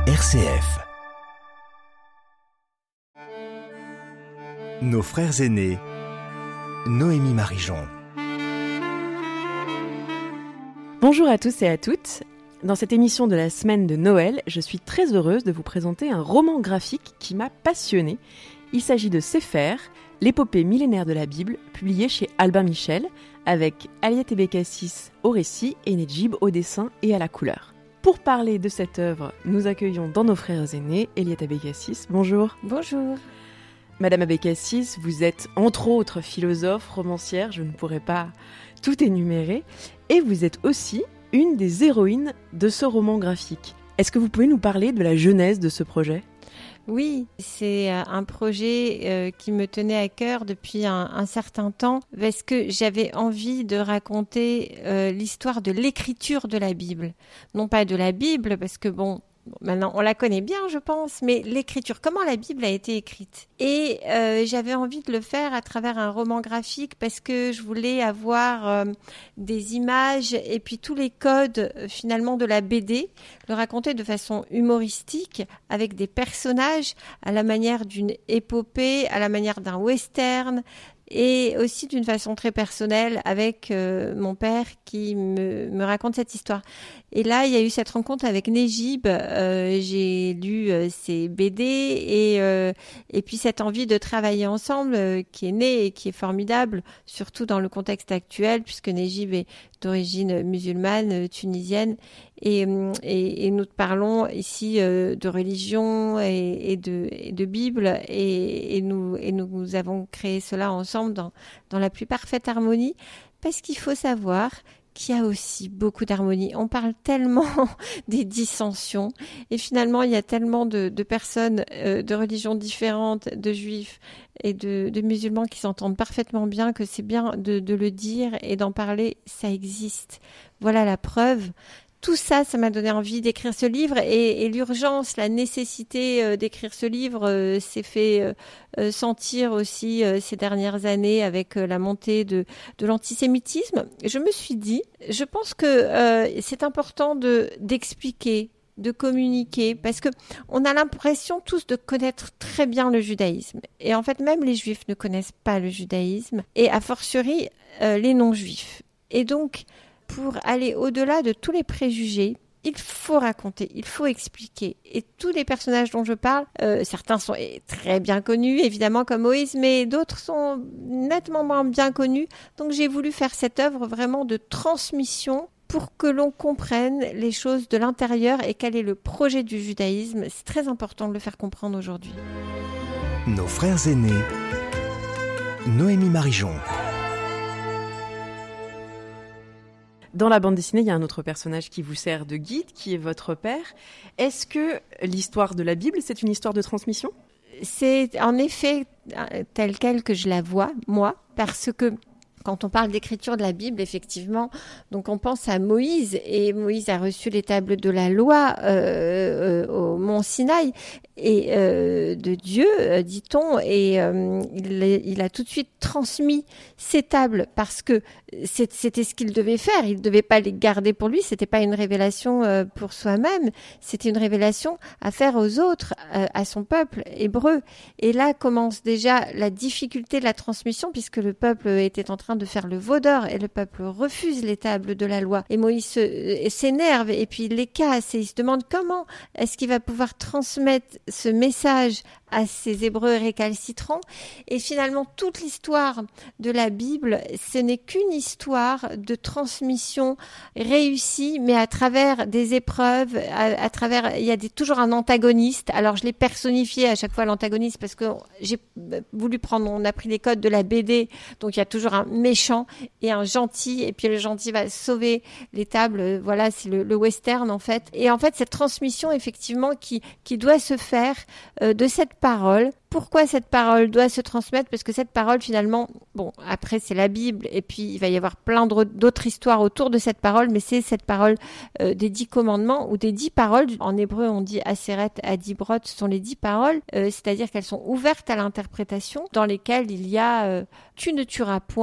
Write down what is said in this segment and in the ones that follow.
RCF. Nos frères aînés, Noémie Marijon. Bonjour à tous et à toutes. Dans cette émission de la semaine de Noël, je suis très heureuse de vous présenter un roman graphique qui m'a passionnée. Il s'agit de Sefer, l'épopée millénaire de la Bible, publiée chez Albin Michel, avec Aliette Bekassis au récit et Nedjib au dessin et à la couleur. Pour parler de cette œuvre, nous accueillons dans Nos frères aînés Aliette Bekassis. Bonjour. Bonjour. Madame Bekassis, vous êtes entre autres philosophe, romancière, je ne pourrais pas tout énumérer, et vous êtes aussi une des héroïnes de ce roman graphique. Est-ce que vous pouvez nous parler de la genèse de ce projet ? Oui, c'est un projet qui me tenait à cœur depuis un certain temps parce que j'avais envie de raconter l'histoire de l'écriture de la Bible. Non pas de la Bible, parce que maintenant, on la connaît bien, je pense, mais l'écriture, comment la Bible a été écrite. Et j'avais envie de le faire à travers un roman graphique parce que je voulais avoir des images et puis tous les codes finalement de la BD, le raconter de façon humoristique avec des personnages à la manière d'une épopée, à la manière d'un western, et aussi d'une façon très personnelle avec mon père qui me raconte cette histoire. Et là, il y a eu cette rencontre avec Nedjib. J'ai lu ses BD et puis cette envie de travailler ensemble qui est née et qui est formidable, surtout dans le contexte actuel, puisque Nedjib est d'origine musulmane, tunisienne. Et nous parlons ici de religion et de Bible et nous avons créé cela ensemble dans la plus parfaite harmonie, parce qu'il faut savoir qu'il y a aussi beaucoup d'harmonie. On parle tellement des dissensions et finalement il y a tellement de personnes de religions différentes, de juifs et de musulmans qui s'entendent parfaitement bien, que c'est bien de le dire et d'en parler, ça existe. Voilà la preuve. Tout ça, ça m'a donné envie d'écrire ce livre et l'urgence, la nécessité d'écrire ce livre s'est fait sentir aussi ces dernières années avec la montée de l'antisémitisme. Je me suis dit, je pense que c'est important d'expliquer, de communiquer, parce que on a l'impression tous de connaître très bien le judaïsme. Et en fait, même les juifs ne connaissent pas le judaïsme, et a fortiori les non-juifs. Et donc, pour aller au-delà de tous les préjugés, il faut raconter, il faut expliquer. Et tous les personnages dont je parle, certains sont très bien connus, évidemment, comme Moïse, mais d'autres sont nettement moins bien connus. Donc j'ai voulu faire cette œuvre vraiment de transmission pour que l'on comprenne les choses de l'intérieur et quel est le projet du judaïsme. C'est très important de le faire comprendre aujourd'hui. Nos frères aînés, Noémie Marijon. Dans la bande dessinée, il y a un autre personnage qui vous sert de guide, qui est votre père. Est-ce que l'histoire de la Bible, c'est une histoire de transmission ? C'est en effet telle quelle que je la vois, moi, parce que quand on parle d'écriture de la Bible, effectivement, donc on pense à Moïse, et Moïse a reçu les tables de la loi au mont Sinaï et de Dieu, dit-on, et il a tout de suite transmis ces tables parce que c'était ce qu'il devait faire. Il ne devait pas les garder pour lui, c'était pas une révélation pour soi-même, c'était une révélation à faire aux autres, à son peuple hébreu. Et là commence déjà la difficulté de la transmission, puisque le peuple était en train de faire le veau d'or et le peuple refuse les tables de la loi. Et Moïse s'énerve et puis il les casse et il se demande comment est-ce qu'il va pouvoir transmettre ce message à ces Hébreux récalcitrants. Et finalement, toute l'histoire de la Bible, ce n'est qu'une histoire de transmission réussie, mais à travers des épreuves, à travers, il y a toujours un antagoniste. Alors, je l'ai personnifié à chaque fois, l'antagoniste, parce que j'ai voulu on a pris les codes de la BD, donc il y a toujours un méchant et un gentil, et puis le gentil va sauver les tables. Voilà, c'est le western, en fait. Et en fait, cette transmission, effectivement, qui doit se faire de cette parole. Pourquoi cette parole doit se transmettre ? Parce que cette parole, finalement, après c'est la Bible, et puis il va y avoir plein d'autres histoires autour de cette parole, mais c'est cette parole des 10 commandements, ou des 10 paroles. En hébreu, on dit Aseret Adibrot, ce sont les 10 paroles, c'est-à-dire qu'elles sont ouvertes à l'interprétation, dans lesquelles il y a tu ne tueras point,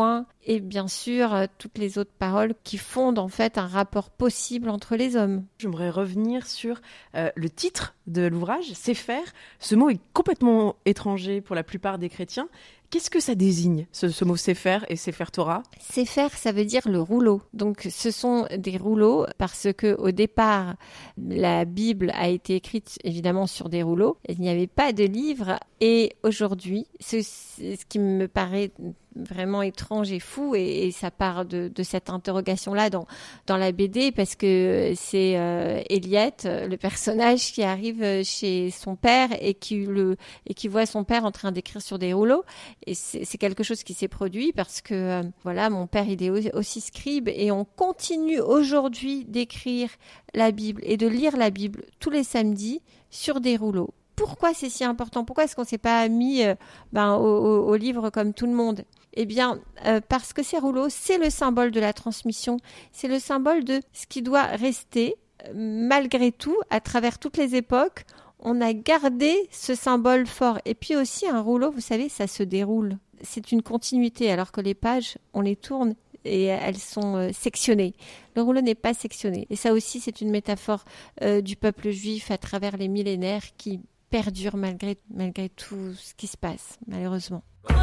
et bien sûr toutes les autres paroles qui fondent en fait un rapport possible entre les hommes. J'aimerais revenir sur le titre de l'ouvrage, Sefer. Ce mot est complètement étranger pour la plupart des chrétiens. Qu'est-ce que ça désigne, ce mot Sefer et Sefer Torah ? Sefer, ça veut dire le rouleau. Donc, ce sont des rouleaux parce que au départ, la Bible a été écrite évidemment sur des rouleaux. Il n'y avait pas de livre. Et aujourd'hui, ce qui me paraît vraiment étrange et fou, et ça part de cette interrogation-là dans la BD, parce que c'est Elliot, le personnage qui arrive chez son père et qui voit son père en train d'écrire sur des rouleaux. Et c'est quelque chose qui s'est produit parce que voilà, mon père il est aussi scribe, et on continue aujourd'hui d'écrire la Bible et de lire la Bible tous les samedis sur des rouleaux. Pourquoi c'est si important ? Pourquoi est-ce qu'on ne s'est pas mis au livre comme tout le monde ? Eh bien, parce que ces rouleaux, c'est le symbole de la transmission, c'est le symbole de ce qui doit rester malgré tout, à travers toutes les époques. On a gardé ce symbole fort. Et puis aussi, un rouleau, vous savez, ça se déroule. C'est une continuité, alors que les pages, on les tourne et elles sont sectionnées. Le rouleau n'est pas sectionné. Et ça aussi, c'est une métaphore du peuple juif à travers les millénaires qui perdure malgré tout ce qui se passe, malheureusement.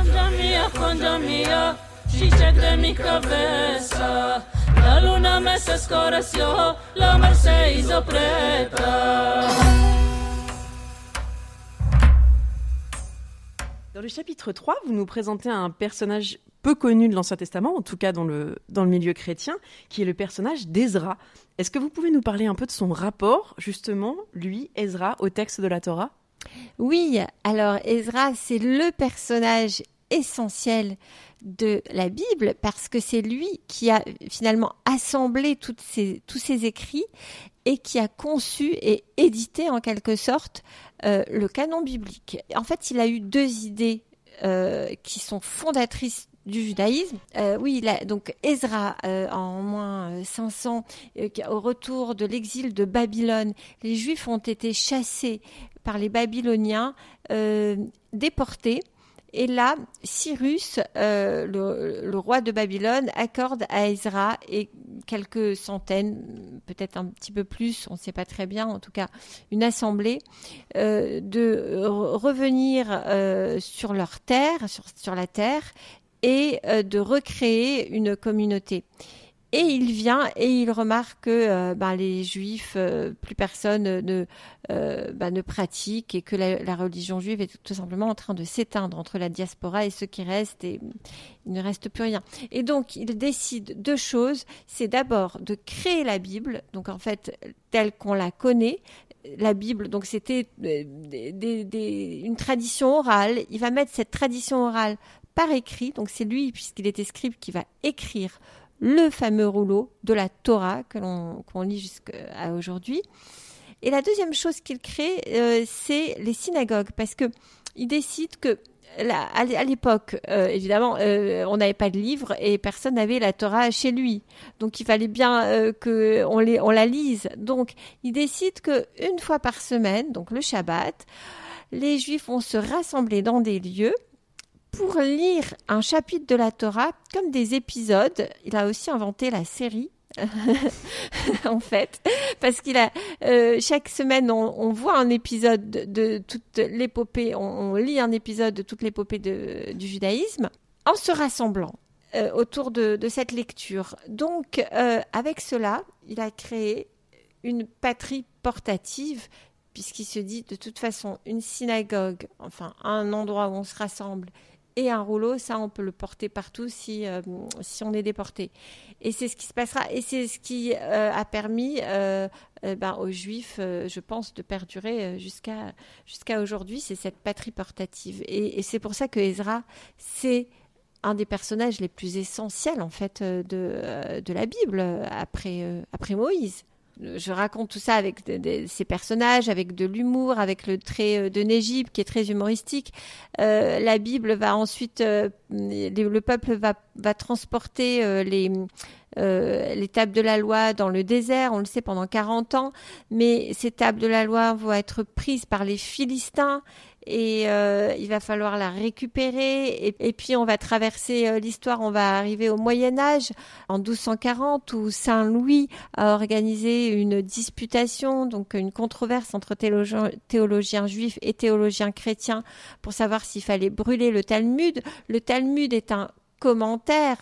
Dans le chapitre 3, vous nous présentez un personnage peu connu de l'Ancien Testament, en tout cas dans le milieu chrétien, qui est le personnage d'Ezra. Est-ce que vous pouvez nous parler un peu de son rapport, justement, lui, Ezra, au texte de la Torah ? Oui, alors Ezra, c'est le personnage essentiel de la Bible parce que c'est lui qui a finalement assemblé tous ces écrits et qui a conçu et édité en quelque sorte le canon biblique. En fait, il a eu deux idées qui sont fondatrices du judaïsme. Donc Ezra, en moins 500, au retour de l'exil de Babylone, les Juifs ont été chassés par les Babyloniens, déportés. Et là, Cyrus, le roi de Babylone, accorde à Ezra et quelques centaines, peut-être un petit peu plus, on ne sait pas très bien, en tout cas une assemblée, de revenir sur leur terre, sur la terre, et de recréer une communauté. Et il vient et il remarque que les Juifs, plus personne ne pratique, et que la religion juive est tout simplement en train de s'éteindre entre la diaspora et ceux qui restent, et il ne reste plus rien. Et donc, il décide deux choses. C'est d'abord de créer la Bible, donc en fait, telle qu'on la connaît. La Bible, donc c'était une tradition orale. Il va mettre cette tradition orale par écrit. Donc c'est lui, puisqu'il était scribe, qui va écrire le fameux rouleau de la Torah qu'on lit jusqu'à aujourd'hui. Et la deuxième chose qu'il crée, c'est les synagogues, parce que il décide que à l'époque, évidemment, on n'avait pas de livre et personne n'avait la Torah chez lui. Donc, il fallait bien qu'on la lise. Donc, il décide qu'une fois par semaine, donc le Shabbat, les Juifs vont se rassembler dans des lieux pour lire un chapitre de la Torah comme des épisodes. Il a aussi inventé la série. En fait, parce qu'il a chaque semaine on voit un épisode de toute l'épopée, on lit un épisode de toute l'épopée du judaïsme en se rassemblant autour de cette lecture. Donc avec cela, il a créé une patrie portative, puisqu'il se dit de toute façon une synagogue, enfin un endroit où on se rassemble, et un rouleau, ça, on peut le porter partout si on est déporté. Et c'est ce qui se passera. Et c'est ce qui a permis aux Juifs, je pense, de perdurer jusqu'à aujourd'hui. C'est cette patrie portative. Et c'est pour ça que Ezra, c'est un des personnages les plus essentiels, en fait, de la Bible, après Moïse. Je raconte tout ça avec ces personnages, avec de l'humour, avec le trait de Négib qui est très humoristique. La Bible va ensuite, le peuple va transporter les tables de la loi dans le désert, on le sait, pendant 40 ans, mais ces tables de la loi vont être prises par les Philistins et il va falloir la récupérer. Et puis on va traverser l'histoire, on va arriver au Moyen-Âge, en 1240, où Saint Louis a organisé une disputation, donc une controverse entre théologiens juifs et théologiens chrétiens pour savoir s'il fallait brûler le Talmud. Le Talmud est un commentaire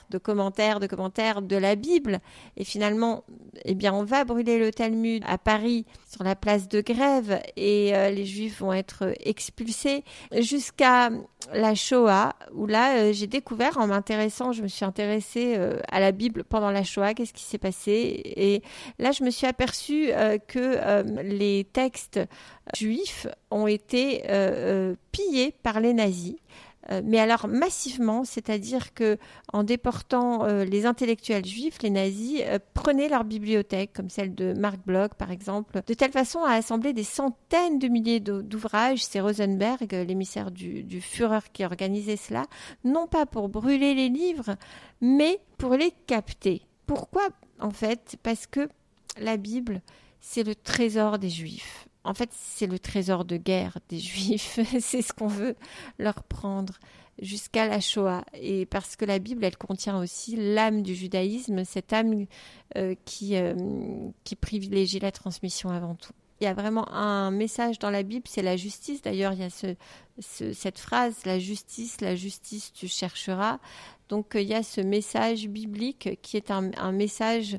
de la Bible, et finalement on va brûler le Talmud à Paris sur la place de Grève, et les Juifs vont être expulsés jusqu'à la Shoah, où là j'ai découvert, je me suis intéressée à la Bible pendant la Shoah, qu'est-ce qui s'est passé, et là je me suis aperçue que les textes juifs ont été pillés par les nazis. Mais alors massivement, c'est-à-dire que en déportant les intellectuels juifs, les nazis prenaient leur bibliothèque, comme celle de Marc Bloch par exemple, de telle façon à assembler des centaines de milliers d'ouvrages. C'est Rosenberg, l'émissaire du Führer, qui organisait cela, non pas pour brûler les livres, mais pour les capter. Pourquoi en fait ? Parce que la Bible, c'est le trésor des Juifs. En fait, c'est le trésor de guerre des Juifs. C'est ce qu'on veut leur prendre jusqu'à la Shoah. Et parce que la Bible, elle contient aussi l'âme du judaïsme, cette âme qui privilégie la transmission avant tout. Il y a vraiment un message dans la Bible, c'est la justice. D'ailleurs, il y a cette phrase, la justice, tu chercheras. Donc, il y a ce message biblique qui est un message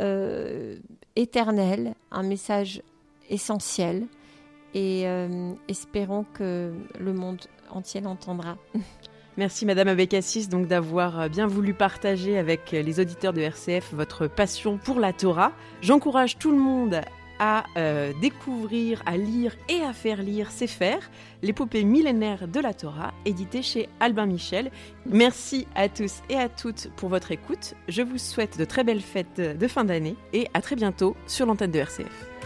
éternel, un message essentiel, et espérons que le monde entier l'entendra. Merci Madame Abécassis donc d'avoir bien voulu partager avec les auditeurs de RCF votre passion pour la Torah. J'encourage tout le monde à découvrir, à lire et à faire lire Sefer, l'épopée millénaire de la Torah, édité chez Albin Michel. Merci à tous et à toutes pour votre écoute. Je vous souhaite de très belles fêtes de fin d'année et à très bientôt sur l'antenne de RCF.